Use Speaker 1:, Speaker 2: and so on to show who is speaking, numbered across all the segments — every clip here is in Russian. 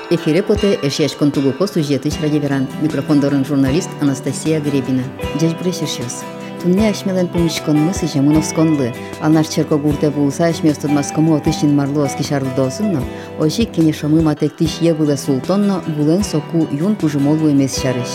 Speaker 1: Эфире поте эшяш контугуко сюжетыш радиоверан. Микрофондорын журналист Анастасия Гребина. Дядь Бресишес. Тунне ашмелен помещконны сижамуновсконлы. Алнаш черко гурте булса ашместод маскому отыщин марловски шарлдосынно. Ошик кенешамы матектиш ебыле султонно булен соку юн пужимолу эмес шарыш.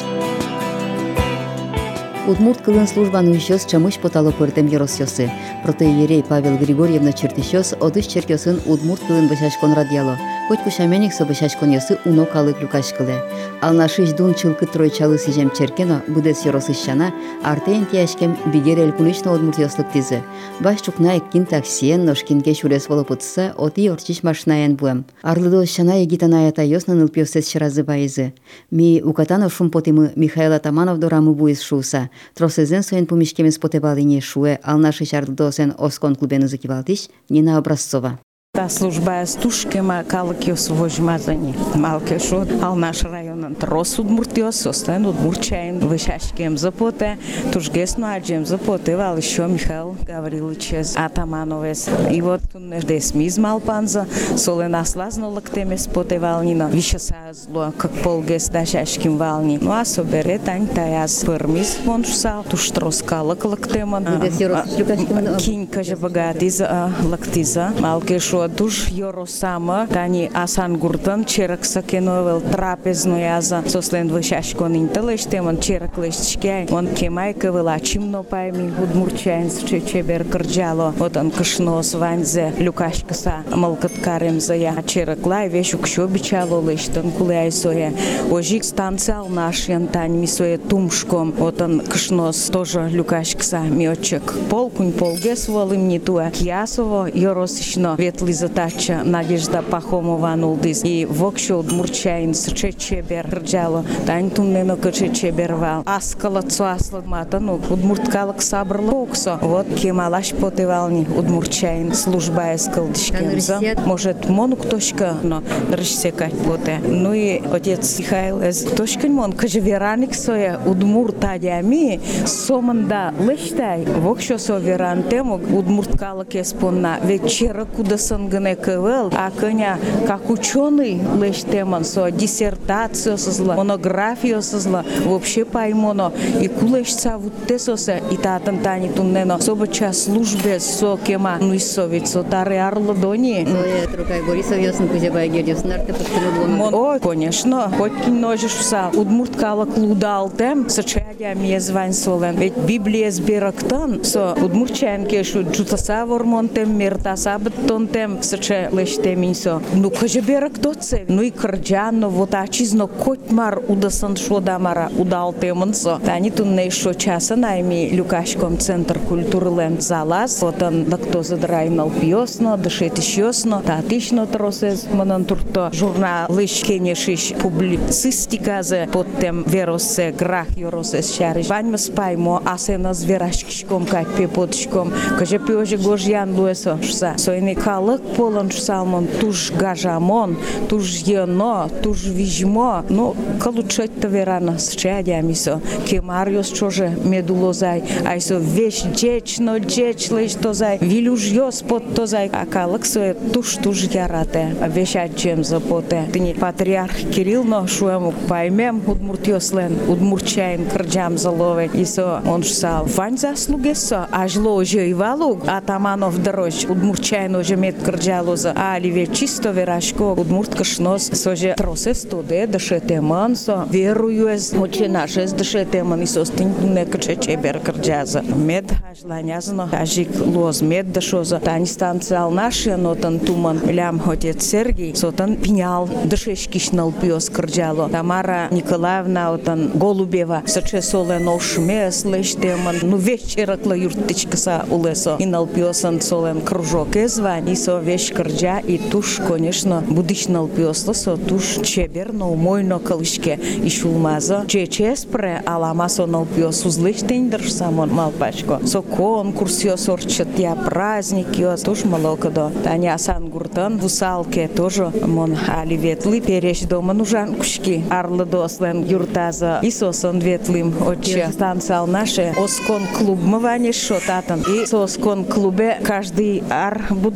Speaker 1: Удмурт кылын службан уйшос чамыш потало пыртем еросьосы. Протоиерей Павел Григорьевна Чертищос одыш черкёсын удмурт кылын бышашкон радиало. Хоть кушаменик со бышашкон ёсы уно калык люкашкыле. Алнашиш дун чылкы тройчалы сижем черкено будес еросыщана артеен тияшкем бигер элькунышно удмурт ёслык тизы. Баш чукна эккин таксиен ношкинге шурес волопутса оти орчиш машнаен буэм. Арлыдо щана егитана ята ёсна нылпёсес шыразы байызы. Ми укатано шум потимы Михаил Атаманов дорамы буиз шуса. Тросезен своен помещкеме спотевали не шуе, ал наши шардосен оскон клубены закивалтиш, Нина Образцова.
Speaker 2: Та служба с тушкема калкиос вожмазани. Малке шо ал наш районен трос удмуртиос, остен удмурчаин вышашкем запоте, тушгесно аджем запоте, вал еще Михаил Гаврилович Атамановес. И вот дес мизмал панза, солен аслазно лактеме споте валнина, више сазло, как полгес дашашким вални. Ну а собере тань таяс пермис моншсал, туш троскалак лактеман. Кинь каже богатиза лактиза, малке шо душ Йоросама, тани асан гуртан, черак сакеновел трапезно яза, сослен вышашкон интелештеман, черак лещкай, он кемайка вела чимно пайми, удмурчаин с чечебер кырджало, вот он кышнос ванзе, люкашкаса, малкаткарем зая, черак лай, вешу кшо бичало лештан кулай соя, ожик станцал наш янтань мисоя тумшком, вот он кышнос тоже люкашкаса, миочек, полкунь полгес волым не туа, киясово Йоросично, ветли задача Надежда Пахомова нулдис и вокшо удмурчаин с чечебер кырджало, тань туннено кычечебервал, аскала цуаслад мата, ну удмурткалык сабрла оксо, вот кемалаш потевални удмурчаин служба эскалдишкемза, может монук точка, но рышсекать поте. Ну и отец Михаил точка мон, каже вераник соя удмуртадями, соманда лештай, вокшо со веран тему удмурткалык эспонна, вечера куда сангане квел, а коня как ученый лештеман со диссертацию созла, монографию созла, вообще поймоно и кулешца вот тесосе и татан тани туннено собача службе со кема ну и совет со таре арлодони.
Speaker 1: Ну я трукай Борисов ясно кузебай гердес нарте подстрелон.
Speaker 2: Ой, конечно, хоть ножишь вса. Удмурткала клудал тем, сочадя мне звань солен. Ведь Библия сберактан, со удмурчаен кешу джутаса вормонтем мертаса беттонтем соче леште минсо. Ну каже берактоце, ну и кърджано вот ачизно котмар удасан шодамара удал темонсо. Тани тунне шо часа найми люкашком центр культуры лен залаз. Вот он лактоза драйнал пьосно, дышетишьосно, татично тросез манантурто журналыш кенешиш публицистиказе под тем веросе грах йоросес шариш. Ваньма спаймо асена зверашкишком кайпе подшком. Каже пиоже гожьян луесо шса. Сойни калык полон шсалмон туж гажамон, туж ено, туж вижмо. Ну, калучать-то верано с чадямисо. Кемариос чоже медулозай. Айсо вещь джечно джечлеш тозай. Вилюжьос под тозай. А калык сое туж ярате. Вещачем запоте. Тыни патриарх Кирилл но шуему поймем удмуртьослен, удмурчаин кырджам залове. Исо он шсал. Вань заслугесо. Ажло же и валуг. Атаманов дорож. Удмурчаин уже мет кырджалоза. А ливе чисто верашко. Удмурт кашнос. Соже тросес тоде дашетеман со. Веруюез. Оче нашес дашетеман. Исо стынь качечебер кырджаза. Мед ажланязно. Ажик лоз мед дашоза. Тань станциал наши, но тан туман лям отец Сергей. Сотан пенял дышешкишнал пьос кырджало. Тамара Николаевна отан Голубева. Соче соле ношмес лештеман. Ну вечеракла юртичкаса улесо. И налпьосан солен кружок эзвань. Исо вещь кырджа и туш, конечно, будиш налпьосло со туш чеберно умойно калышке. И шулмазо. Чечеспре аламасо налпьос узлыштень дыршсамон малпачко. Со конкурсиос орчат я праздникиос. Туш малокадо. Таня асан гуртан вусалке тоже мон али ветли переш дома нужан кушки. Арлы дослен юртаза. Исосон ветлим отче станцал наше. Оскон клуб мыване шотатан. И со оскон клубе каждый ар буде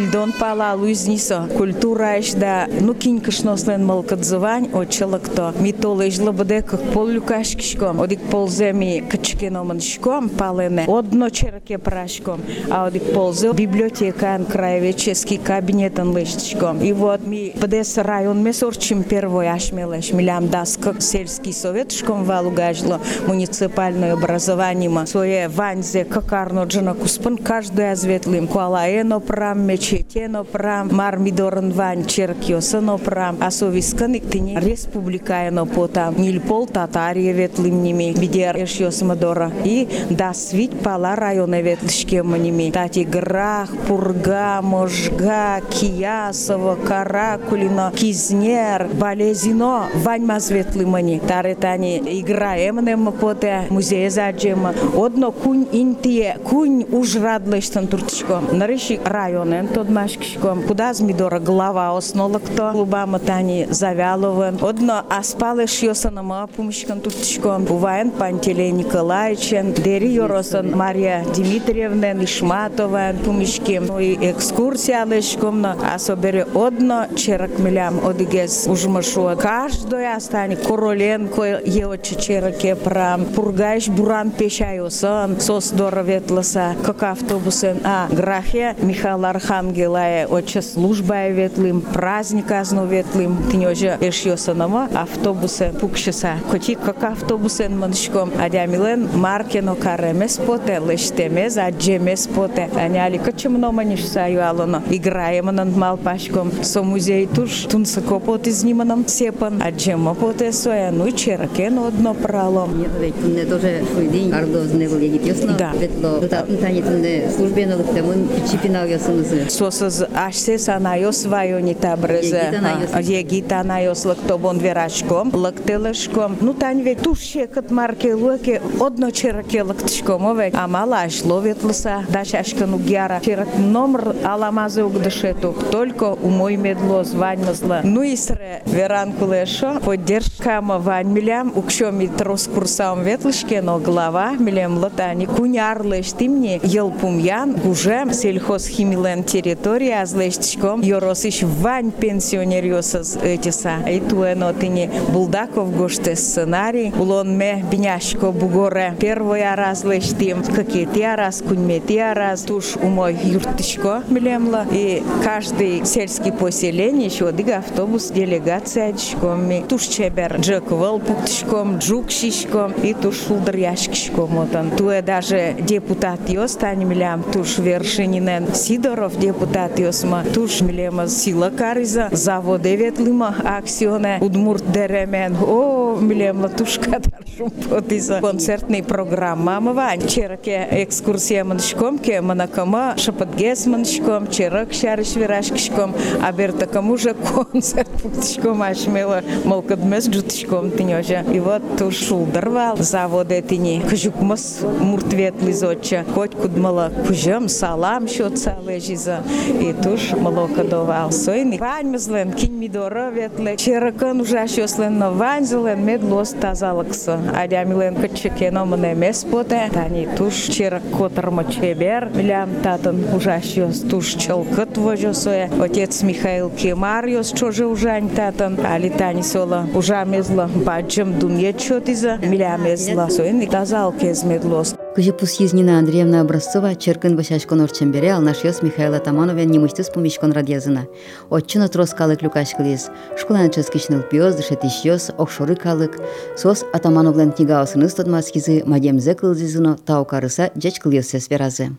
Speaker 2: Ильдон пала луизнисо. Культура да ну кинькашнослен малкадзывань отчалакто. Митолежла буде как полюкашкишком. Одик полземи качкеноманшком палене. Одно черке прашком. А одик ползе библиотека краеведческий кабинет лештичком. И вот ми подес район месорчим первой ашмелеш. Милям дас как сельский совет шком валугажло муниципальное образование. Свое ванзе какарно джана куспан каждый азветлим. Куалаено прам мечетено прам мармидорн вань черкиосано прам. Асовисканик тини республикаено потам. Нильпол татария ветлим ними. Бидер эшиосмадора. И дас вить пала районе ветлишке маними. Тати Грах, Пурга, Можга, Киясово, Каракулино, Кизнер, Балезино, Ваньма светлимани. Таретани играем нем поте музей заджема. Одно кунь интие, кунь уж радлештан туртичком. Нарыши районен тот машкишком. Куда змидора глава основла кто? Клубама тани завялован. Одно аспалеш йосанама пумышкан туртичком. Уваен Пантелей Николаевичен, Дери Йоросан Мария Дмитриевна Нишматова пумышким. Ну и экскурсия лешком, но особенно одно черак милям одигес ужмашу. Каждый остане Короленко еочи чераке прам. Пургаеш буран пешайосан. Сос дороветласа как автобусен. А Грахе Михаил Архангелая очи служба ветлым, праздник азно ветлым. Тинёже эшьосанама автобусе пукшеса. Коти как автобусен маншком. Адямилен маркено каремес поте лештемез аджемес поте. Аняли качемно манишса юалоно. Играем над малпашком. Со музей туш тунсако поте зниманом сепан. Аджема поте соя. Ну и черакен одно пралом.
Speaker 1: Нет, ведь тоже свой день ардоз не был егит ясно.
Speaker 2: Да.
Speaker 1: Ветло. Дотатн танитне службе на лыктемын чипинал ясынызы.
Speaker 2: Сосыз ашсес анайос вайони табрезе. Егит анайос лактобон верашком. Лактелешком. Ну тань ведь туше кат марке луке одно чераке лактышком. Овек. Амала ашло ветлоса. Дашашкану гяра. Черак номер аламазе угдашету. Только у мой медло званьмазла. Ну и сре веранку лешо. Поддержка вань милям. Укшо митрос курсам ветлышке, но глава милям латани. Куняр лештимни. Елпумян. Гужем сельхозхимилен территория азлештичком. Йоросиш вань пенсионериосаз этиса. И туэно тыни Булдаков гоште сценарий. Улон ме биняшко бугоре. Первый раз лештим. Какие-то раз куньметия раз. Туш у мой юртышко милемла. И каждый сельский поселение еще дига автобус делегация очком. Туш чебер джеквал пуктышком, джукшишком и туш шулдряшкишком. Туэ даже депутат йостань милям. Туш Вершининен Сидоров депутат йосма. Туш милема сила кариза. Заводе ветлима аксионе. Удмурт деремен. О, милемла туш кадар шумпотиза. Концертный программа мавань. Чераке экскурсия маншком, ке манакама шапатгес маншком, черак шариш вирашкишком, а бертакаму же концерт пуктишком ашмела малкадмес джутишком тинёжа. И вот туш шулдырвал заводе тини. Кжукмас муртвет лизотча. Хоть кудмала кужам салам шотца лежиза. И туш малокадовал. Сойни ваньмезлен киньмидора ветле. Черакан ужашёслен на ваньзелен медлос тазалакса. Адямилен качекено мане меспоте. Тани туш черак котарма чебер. Милям татан ужашёс туш челкат вожосое. Отец Михаил Кемариос чоже ужань татан. Али тани сола ужамезла баджем дунье чотиза. Милямезла. Сойни тазалкез медлос.
Speaker 1: Кыжепус Юзнина Андреевна Образцова черкын башашкон орчембере алнашёс Михаил Атамановен немыштыс помещкон радиозына. Отчуна троскалык люкашкылыз. Школанческичныл пиоз дышетишёс окшоры калык. Сос Атамановлен книга осыныз тодмаскизы мадемзе кылзызыно таукарыса жеч кыльёссес веразы.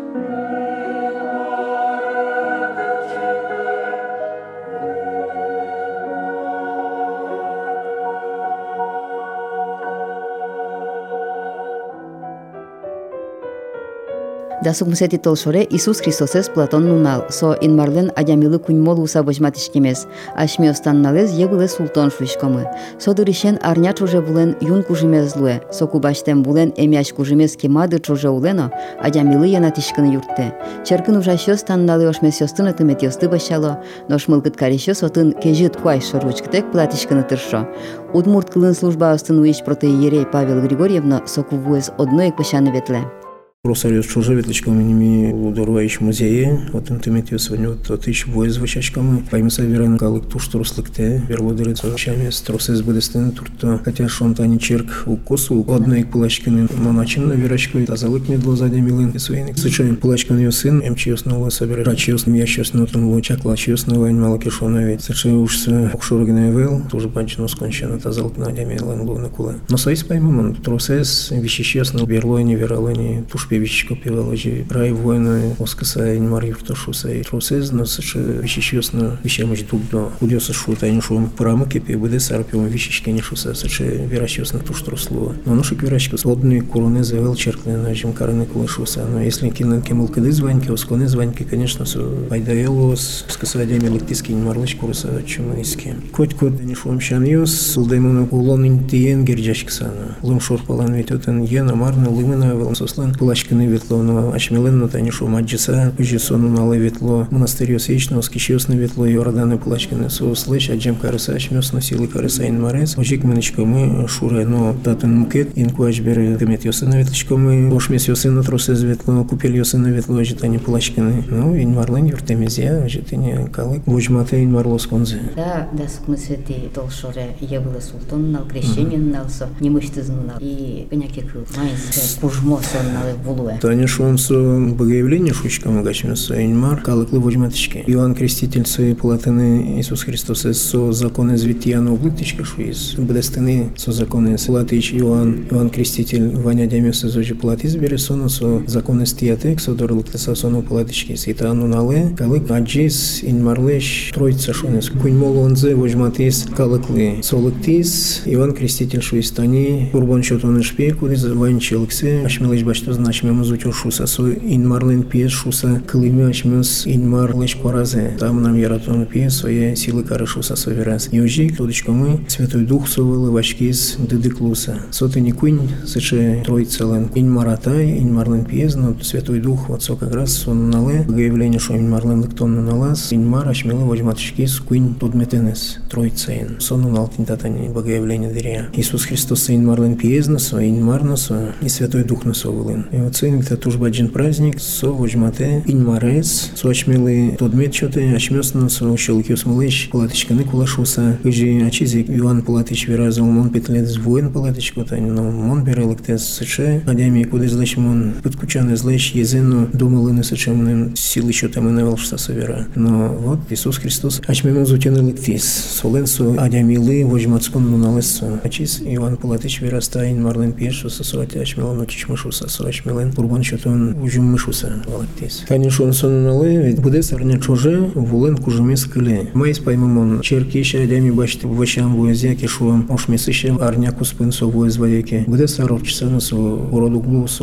Speaker 1: Дасук мусети толшоре Иисус Христосес Платон нунал, со инмарлен адямилы куньмол уса божматишкемес, ашми останналез ебыле султан шуишкомы. Со дыришен арня чуже булен юн кужимез луе, со кубаштем булен эмяш кужимез кемады чуже улено, адямилы янатишкыны юртте. Черкын ужащо станналы ошмес ёстыны тымет ёсты башало, ношмылгыт карещо сотын кежит куай шоручктек платишкыны тыршо. Удмурт кылын служба остын уиш протоиерей Павел Григорьевна сокувуез одной пышаны ветле.
Speaker 3: Росарιος чуже ветличками ними удорвающ музее, вот интимитию сегодня вот тысяч воез вачачками, поймется верен калык туш труслыкте, верлодеры чами стросез будестен турто, хотя шонтани черк у косу, одной пулачкины моначин на верачку, тазалык медло сзади милын свейник. Сычаем пулачкин ее сын, мчиос нового собирать, рачиос миящиос нотом лучак, лачиос новый малакишоновый. Сычай уж с окшургиной вел, тоже банчину скончено, тазалык на дямилын луна кула. Но соис поймем, тросез вещищес на верлони, вералони, туш певичко певалажи, рай воина, оскаса и нмар юрташуса и тросез, но сыча вещищесно вещамыч дубдо. Удёса шута, и нишуем прамыки, пебуде сарпиум вещички нишуса, сыча верачиосно туш тросло. Но ношик верачко сводные куроны завел черкны на жемкарны кулышуса. Но если кинен кемулкады званьки, осконы званьки, конечно, со пайдаелос, скаса дямилыктиски нмарлыч куруса чуманиски. Коть-кот нишуем шаньос, сулдаймону улон интиен герджачксана. Лум шорпалан ветётен ена марна лымына вел сослан пулачкины ветло, но ачмеленно танишу маджиса, жесону нале ветло, монастырёс яичного, скищёсны ветло, йорданы пулачкины сослэч, аджем карыса, ачмёсно силы карыса инмарес, ожик мынычко мы шуре, но татын мкет, инку ачберы дымет ёсына ветличко мы, ошмес ёсына тросез ветло, купель ёсына ветло, ажитани пулачкины, ну, инмарлен юртемезия, ажитани калык, вожматы инмарлос конзе.
Speaker 1: Да, смысле толшоре ебылы султан нал, крещенин налсо, немыштызн нал, и пеняки кыл, майс, кужмосон нал, вулуэ.
Speaker 3: Танишуем со богоявление шучкам гачмесо инмар, калыклы вожматычки. Иоанн Креститель свои платыны Иисус Христос со законы звитияна облыктичка шуиз. Бдестыны со законы платыч Иоанн Креститель Ваня Дямеса зожи платиз бересону со законы стиятек со дорлыктаса сону платычки. Ситану нале, калык аджис инмарлеш троица шунес. Куньмол онзе вожматиз калыклы солыктиз. Иоанн Креститель шуистани урбан шотоны шпе, кудиз ванчелыксе, ашмелеш башто значмемыз учуршуса со инмарлен пьес шуса кылыми ашмёс инмарлеш поразе. Там нам яратон пьес свои силы карышуса совераз. Южик, тодочко мы, Святой Дух совылы вачкиз дыдыклуса. Соты не кунь, сыче троицелен инмаратай, инмарлен пьес, но Святой Дух вот со как раз сон нале, богоявление шо инмарлен лыктон налаз, инмар ашмелы вожматышкиз кунь тодметенес, троицейн. Сон нал тинтатани богоявление дыря. Иисус Христос инмарлен пьес насо, инмар насо, и Святой Дух насо вылын. И вот сын это тоже один праздник, со вожмате инмарес, со ачмелы тодмет чоте, ачмёсно со щелкиос малыш, палатычканы кулашуса, кыжи ачизик Иоанн Палатыч веразал мон петлет воин палатычко тань, но мон берелыктес сыче, адями куды злэч мон подкучаны злэч езену думалыны сычемны силы чоте мы навелшса совера. Но вот Иисус Христос ачмемон зутены лыктис, солен со адямилы вожматскон нуналесо, ачиз Иоанн Палатыч вераста инмарлен пешуса, со ачмелон очичмышуса, со ачмелен урбан чотон ужум мышуса валактис. Конечно, сон нале, буде сарня чуже, вулен кужумес кыле. Майс поймемон черкиша адями башти вачам воязяки шуам, ошмесыше арня куспын со воязваяки. Буде саровчиса на со уродуглу, со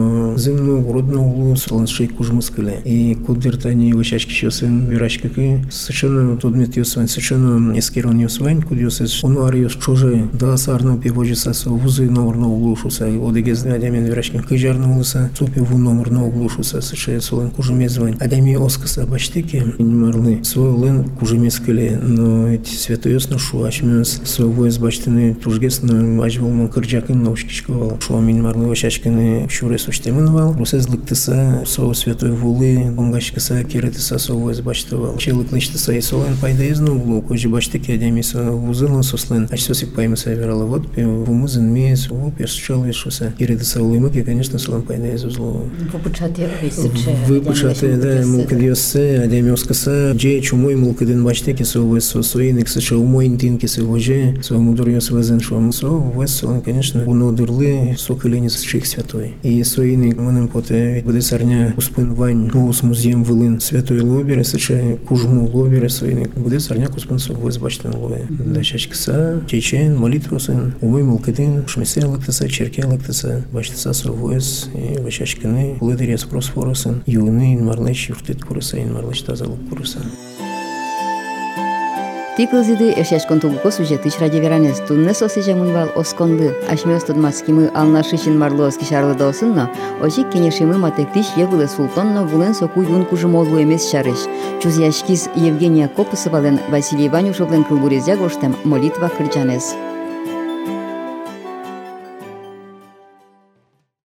Speaker 3: зимну уроднуглу, со ланшей кужумес кыле. И кудертани вачачки щосын вирачкаки, совершенно тодмет ёсвань, совершенно эскерон ёсвань, кудёсес онуариос чуже, да сарно певожиса со вузы номерно углушуса, одегез адямен вирачки кыжарно улыса, сопе в номерно углушуса, совершенно солен кужумезвань. Адями оскаса баштеки, инмарлы, солен кужумескале, но эти святоёсно шу ачмёс, со вояз баштыны тужгесно ажвалмон кырджакын наушкичковал, шу аминмарлы вачачканы шурес уштемынвал, русез лыктыса, со святой вулы, онгашкаса керетыса со вояз баштывал. Челык лыштыса и солен пайдаезно углу, кожи баштеки адями со вузылын сослен, ачсосик паймыса верала, вот вумызын мес, персчалышуса, керетыса улымыки, конечно, солен кайде зузло.
Speaker 1: Випучати,
Speaker 3: да, мулкадіосе, адеміоскаса, дже чумой мулкадин бачтеки со соїник, со умой інтинки се воже, со мудорйос везен шом, со весело, конечно, уно дурли, со килені з чих святой. І соїник менем поте буде сарня успин вань, гос музеєм вилин святої лобіри, сече кужму лобіри соїник, буде сарня успин со вез бачтен лове. Дачачкса, чечен, молитвосен, умой мулкадин, шмесе лактаса, черке лактаса, бачтеса со вез, і вачачкини, лидеріс просфоросен, юни, інмарлеч, юртит куриса, інмарлеч тазалук куриса.
Speaker 1: Тиклзиды эшяшкон тугуко сюжетыч радиоверанес тунне сосижамунвал осконды ашмёстод маскимы алнашичин марлоски шарлыда осынно ожик кенешимы матектиш егылы султонно вулен соку юн кужумолу эмес шарыш. Чузяшкис Евгения Копысывален Василий Ванюшовлен кылбурезя гоштем молитва кырджанес.